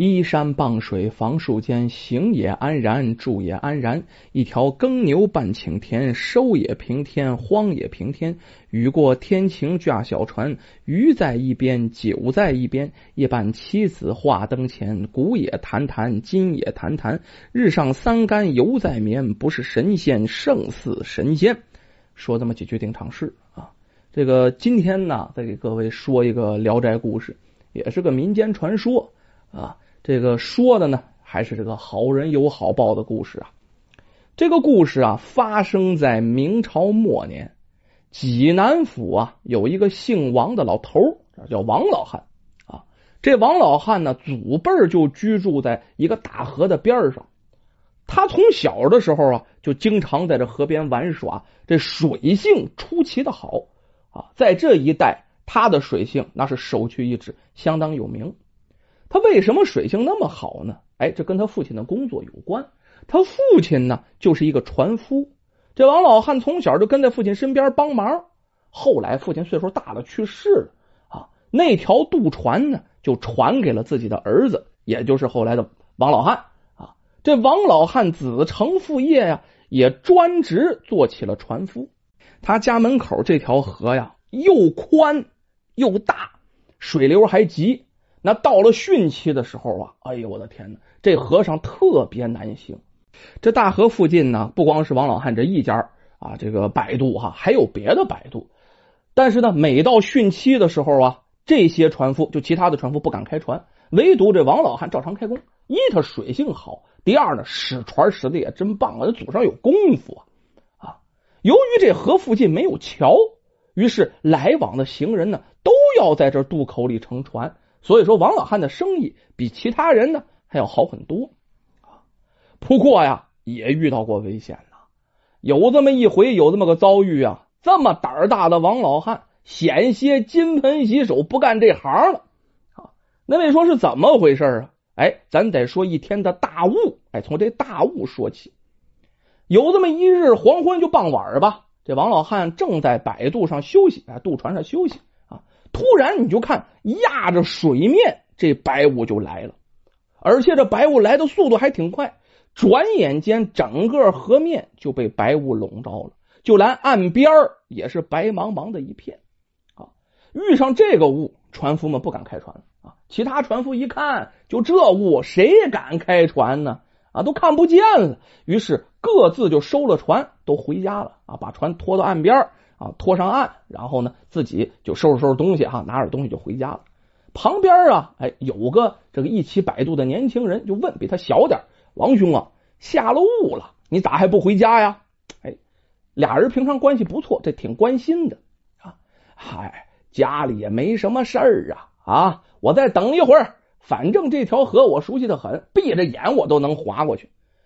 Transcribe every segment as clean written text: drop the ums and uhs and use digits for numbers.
依山傍水，房树间，行也安然，住也安然。一条耕牛半顷田，收也平天，荒也平天。雨过天晴驾小船，鱼在一边，酒在一边。夜半妻子话灯前，鼓也弹弹，金也弹弹。日上三竿犹在眠，不是神仙胜似神仙。说这么几句定场诗啊。这个今天呢，再给各位说一个聊斋故事，也是个民间传说啊。这个说的呢，还是这个好人有好报的故事啊。这个故事啊，发生在明朝末年，济南府啊有一个姓王的老头，叫王老汉啊。这王老汉呢，祖辈就居住在一个大河的边上。他从小的时候啊，就经常在这河边玩耍，这水性出奇的好啊。在这一带，他的水性那是首屈一指，相当有名。他为什么水性那么好呢？这跟他父亲的工作有关。他父亲呢，就是一个船夫。这王老汉从小就跟在父亲身边帮忙。后来父亲岁数大了，去世了啊。那条渡船呢，就传给了自己的儿子，也就是后来的王老汉啊。这王老汉子承父业呀，也专职做起了船夫。他家门口这条河呀，又宽又大，水流还急。那到了汛期的时候啊，哎呦我的天哪，这河上特别难行。这大河附近呢，不光是王老汉这一家啊，这个摆渡还有别的摆渡。但是呢，每到汛期的时候啊，这些船夫就其他的船夫不敢开船，唯独这王老汉照常开工。一他水性好，第二呢，使船使的也真棒啊，祖上有功夫啊。由于这河附近没有桥，于是来往的行人呢，都要在这渡口里乘船。所以说王老汉的生意比其他人呢还要好很多啊。不过呀，也遇到过危险呐。有这么一回，有这么个遭遇啊，这么胆儿大的王老汉险些金盆洗手，不干这行了啊。那位说是怎么回事啊？咱得说一天的大雾。从这大雾说起。有这么一日黄昏就傍晚吧，这王老汉正在摆渡上休息，渡船上休息。突然你就看压着水面，这白雾就来了，而且这白雾来的速度还挺快，转眼间整个河面就被白雾笼罩了，就连岸边也是白茫茫的一片啊。遇上这个雾，船夫们不敢开船啊。其他船夫一看，就这雾谁敢开船呢？都看不见了。于是各自就收了船，都回家了啊，把船拖到岸边拖上岸，然后呢，自己就收拾东西拿点东西就回家了。旁边有个这个一起摆渡的年轻人就问比他小点，王兄啊，下了雾了，你咋还不回家呀？俩人平常关系不错，这挺关心的啊。家里也没什么事儿啊，我再等一会儿，反正这条河我熟悉的很，闭着眼我都能划过去。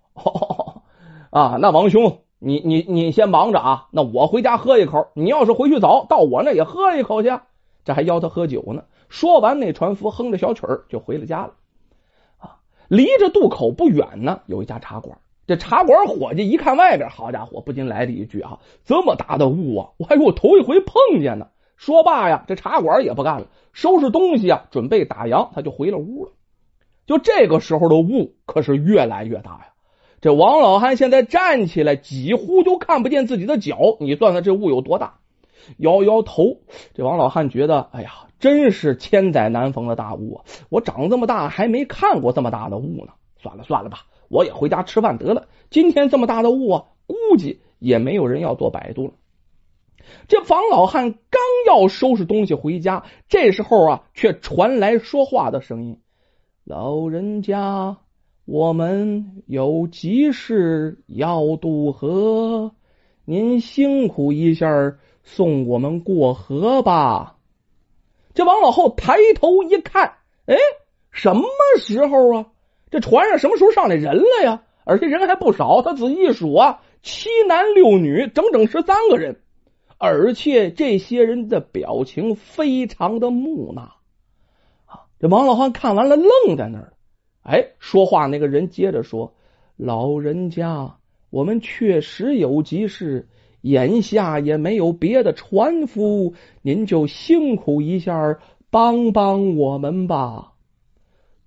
那王兄你先忙着啊，那我回家喝一口，你要是回去早，到我那也喝一口去。这还邀他喝酒呢。说完，那船夫哼着小曲儿就回了家了离着渡口不远呢，有一家茶馆。这茶馆伙计一看外边，好家伙，不禁来了一句这么大的雾啊，我头一回碰见呢。说罢呀，这茶馆也不干了，收拾东西准备打烊，他就回了屋了。就这个时候的雾可是越来越大呀。这王老汉现在站起来几乎就看不见自己的脚，你算算这雾有多大。摇摇头，这王老汉觉得真是千载难逢的大雾我长这么大还没看过这么大的雾呢。算了吧，我也回家吃饭得了。今天这么大的雾估计也没有人要做摆渡了。这王老汉刚要收拾东西回家，这时候却传来说话的声音：老人家，我们有急事要渡河，您辛苦一下送我们过河吧。这王老后抬头一看，什么时候啊？这船上什么时候上来人了呀？而且人还不少，他仔细一数7男6女，整整13个人，而且这些人的表情非常的木讷这王老汉看完了愣在那儿。说话那个人接着说：老人家，我们确实有急事，眼下也没有别的船夫，您就辛苦一下帮帮我们吧。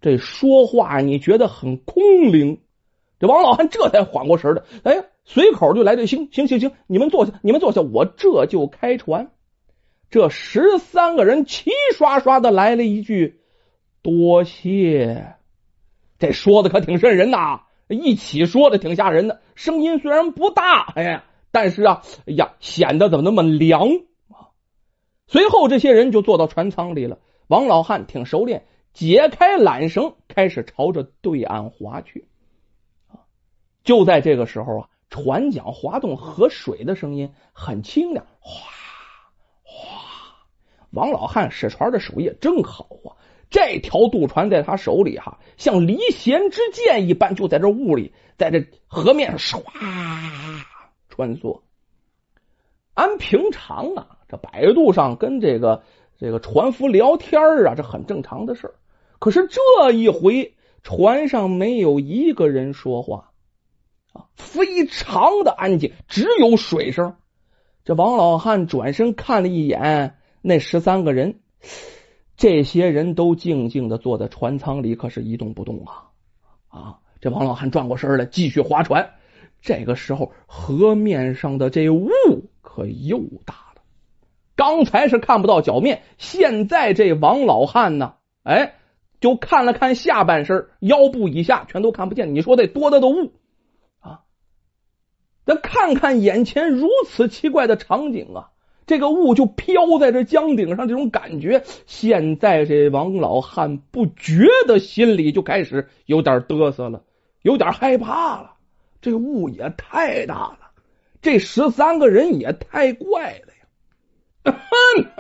这说话你觉得很空灵。这王老汉这才缓过神来，哎，随口就来这行，你们坐下，我这就开船。这13个人齐刷刷的来了一句多谢。这说的可挺瘆人呐，一起说的挺吓人的，声音虽然不大，但是显得怎么那么凉啊。随后这些人就坐到船舱里了，王老汉挺熟练，解开缆绳，开始朝着对岸划去。就在这个时候船桨滑动河水的声音很清亮，哗哗。王老汉使船的手艺真好这条渡船在他手里像离弦之箭一般，就在这雾里，在这河面上唰穿梭。按平常这摆渡上跟这个船夫聊天这很正常的事。可是这一回船上没有一个人说话非常的安静，只有水声。这王老汉转身看了一眼那13个人，这些人都静静的坐在船舱里，可是一动不动这王老汉转过身来继续划船。这个时候河面上的这雾可又大了，刚才是看不到脚面，现在这王老汉呢就看了看下半身，腰部以下全都看不见，你说得多大的雾再看看眼前如此奇怪的场景这个雾就飘在这江顶上，这种感觉，现在这王老汉不觉得心里就开始有点嘚瑟了，有点害怕了。这雾也太大了，这13个人也太怪了呀。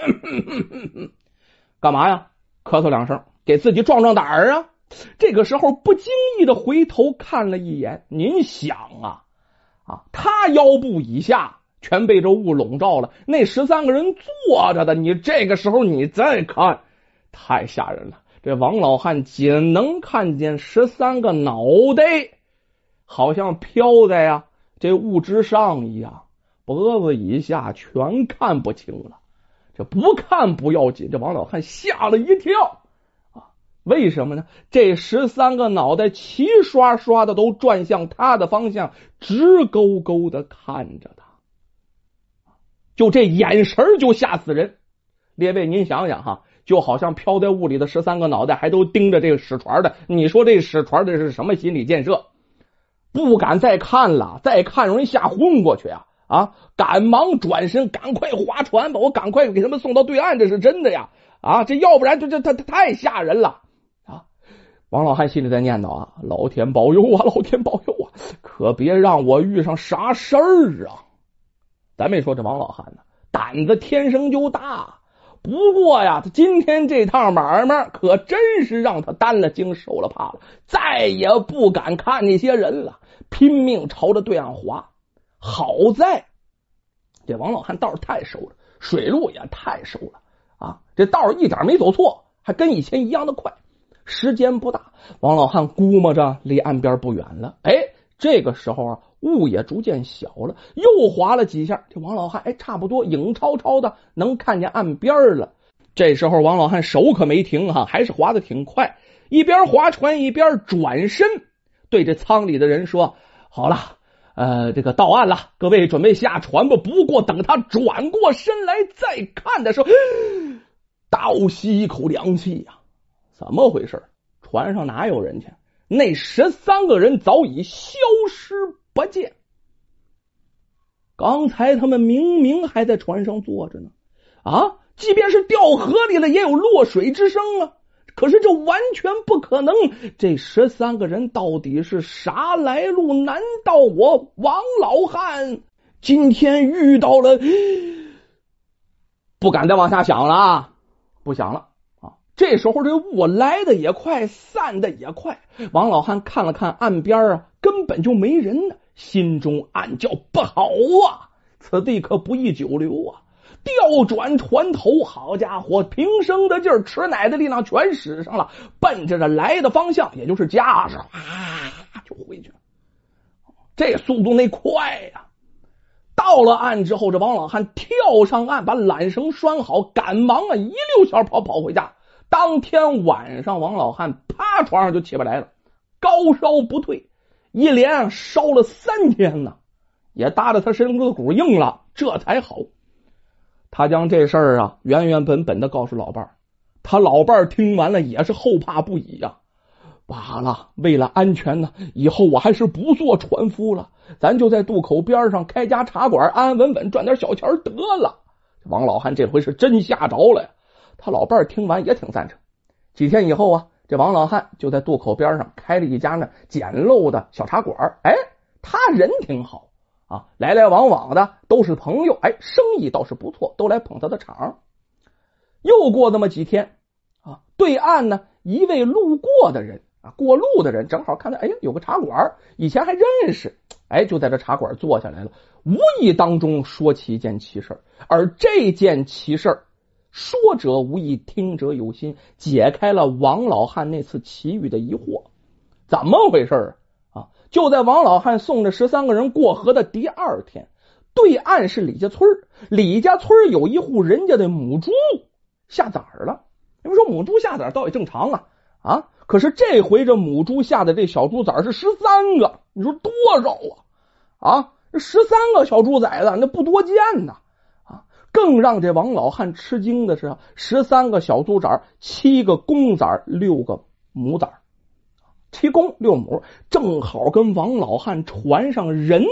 干嘛呀？咳嗽2声，给自己壮壮胆儿这个时候不经意的回头看了一眼，您想他腰部以下全被这雾笼罩了，那13个人坐着的，你这个时候你再看，太吓人了。这王老汉仅能看见13个脑袋好像飘在这雾之上一样，脖子以下全看不清了。这不看不要紧，这王老汉吓了一跳为什么呢？这13个脑袋齐刷刷的都转向他的方向，直勾勾的看着他，就这眼神就吓死人。列位您想想就好像飘在雾里的13个脑袋还都盯着这个使船的，你说这使船的是什么心理建设？不敢再看了，再看容易吓昏过去赶忙转身，赶快划船吧，我赶快给他们送到对岸，这是真的呀这要不然这太吓人了王老汉心里在念叨老天保佑老天保佑可别让我遇上啥事儿咱没说这王老汉胆子天生就大，不过他今天这趟买卖可真是让他担了惊受了怕了，再也不敢看那些人了，拼命朝着对岸划。好在这王老汉道太熟了，水路也太熟了这道一点没走错，还跟以前一样的快。时间不大，王老汉估摸着离岸边不远了。这个时候雾也逐渐小了，又划了几下，这王老汉差不多影超超的能看见岸边了。这时候王老汉手可没停还是划得挺快，一边划船一边转身对这舱里的人说：好了这个到岸了，各位准备下船吧。不过等他转过身来再看的时候，倒吸一口凉气怎么回事？船上哪有人去？那13个人早已消失不见。刚才他们明明还在船上坐着呢即便是掉河里了也有落水之声可是这完全不可能，这13个人到底是啥来路？难道我王老汉今天遇到了？不敢再往下想了不想了这时候这雾来的也快，散的也快。王老汉看了看岸边根本就没人呢，心中暗叫不好此地可不宜久留调转船头，好家伙，平生的劲儿，吃奶的力量全使上了，奔着这来的方向，也就是家上就回去了。这速度那快到了岸之后，这王老汉跳上岸，把缆绳拴好，赶忙一溜小跑回家， 当天晚上，王老汉趴床上就起不来了，高烧不退，一连烧了3天呢，也搭着他身子骨硬了，这才好。他将这事儿啊原原本本的告诉老伴儿，他老伴儿听完了也是后怕不已呀。罢了，为了安全呢，以后我还是不做船夫了，咱就在渡口边上开家茶馆，安安稳稳赚点小钱得了。王老汉这回是真吓着了呀。他老伴儿听完也挺赞成。几天以后啊，这王老汉就在渡口边上开了一家呢简陋的小茶馆。他人挺好啊，来来往往的都是朋友，生意倒是不错，都来捧他的场。又过那么几天啊，对岸呢一位路过的人啊，过路的人正好看到有个茶馆，以前还认识，就在这茶馆坐下来了，无意当中说起一件奇事，而这件奇事说者无意，听者有心，解开了王老汉那次奇遇的疑惑。怎么回事啊？就在王老汉送着13个人过河的第2天，对岸是李家村，李家村有一户人家的母猪下崽了。你们说母猪下崽倒也正常啊，可是这回这母猪下的这小猪崽是13个，你说多少啊？13个小猪崽子那不多见呐。更让这王老汉吃惊的是13个小猪崽，7个公崽，6个母崽，7公6母，正好跟王老汉船上人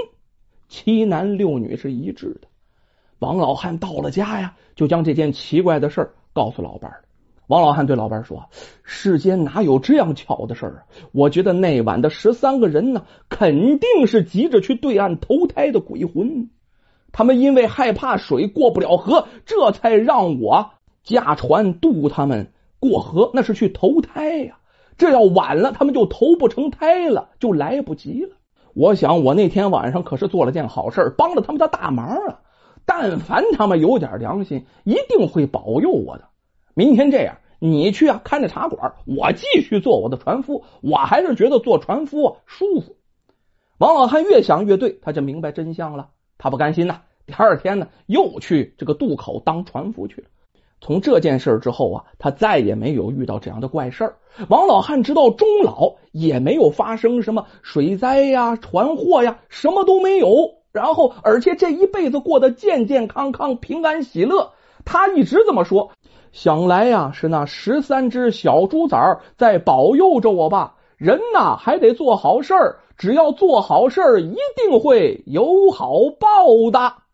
7男6女是一致的。王老汉到了家呀，就将这件奇怪的事告诉老伴儿。王老汉对老伴儿说，世间哪有这样巧的事啊？我觉得那晚的13个人呢，肯定是急着去对岸投胎的鬼魂，他们因为害怕水过不了河，这才让我驾船渡他们过河，那是去投胎呀。这要晚了，他们就投不成胎了，就来不及了。我想我那天晚上可是做了件好事，帮了他们的大忙啊。但凡他们有点良心，一定会保佑我的。明天这样，你去看着茶馆，我继续做我的船夫，我还是觉得做船夫舒服。王老汉越想越对，他就明白真相了。他不甘心呐，第2天呢又去这个渡口当船夫去了。从这件事之后啊，他再也没有遇到这样的怪事儿。王老汉直到终老也没有发生什么水灾呀、船祸呀，什么都没有。然后而且这一辈子过得健健康康、平安喜乐。他一直这么说，想来呀是那13只小猪崽在保佑着我吧。人呐还得做好事儿，只要做好事儿，一定会有好报的。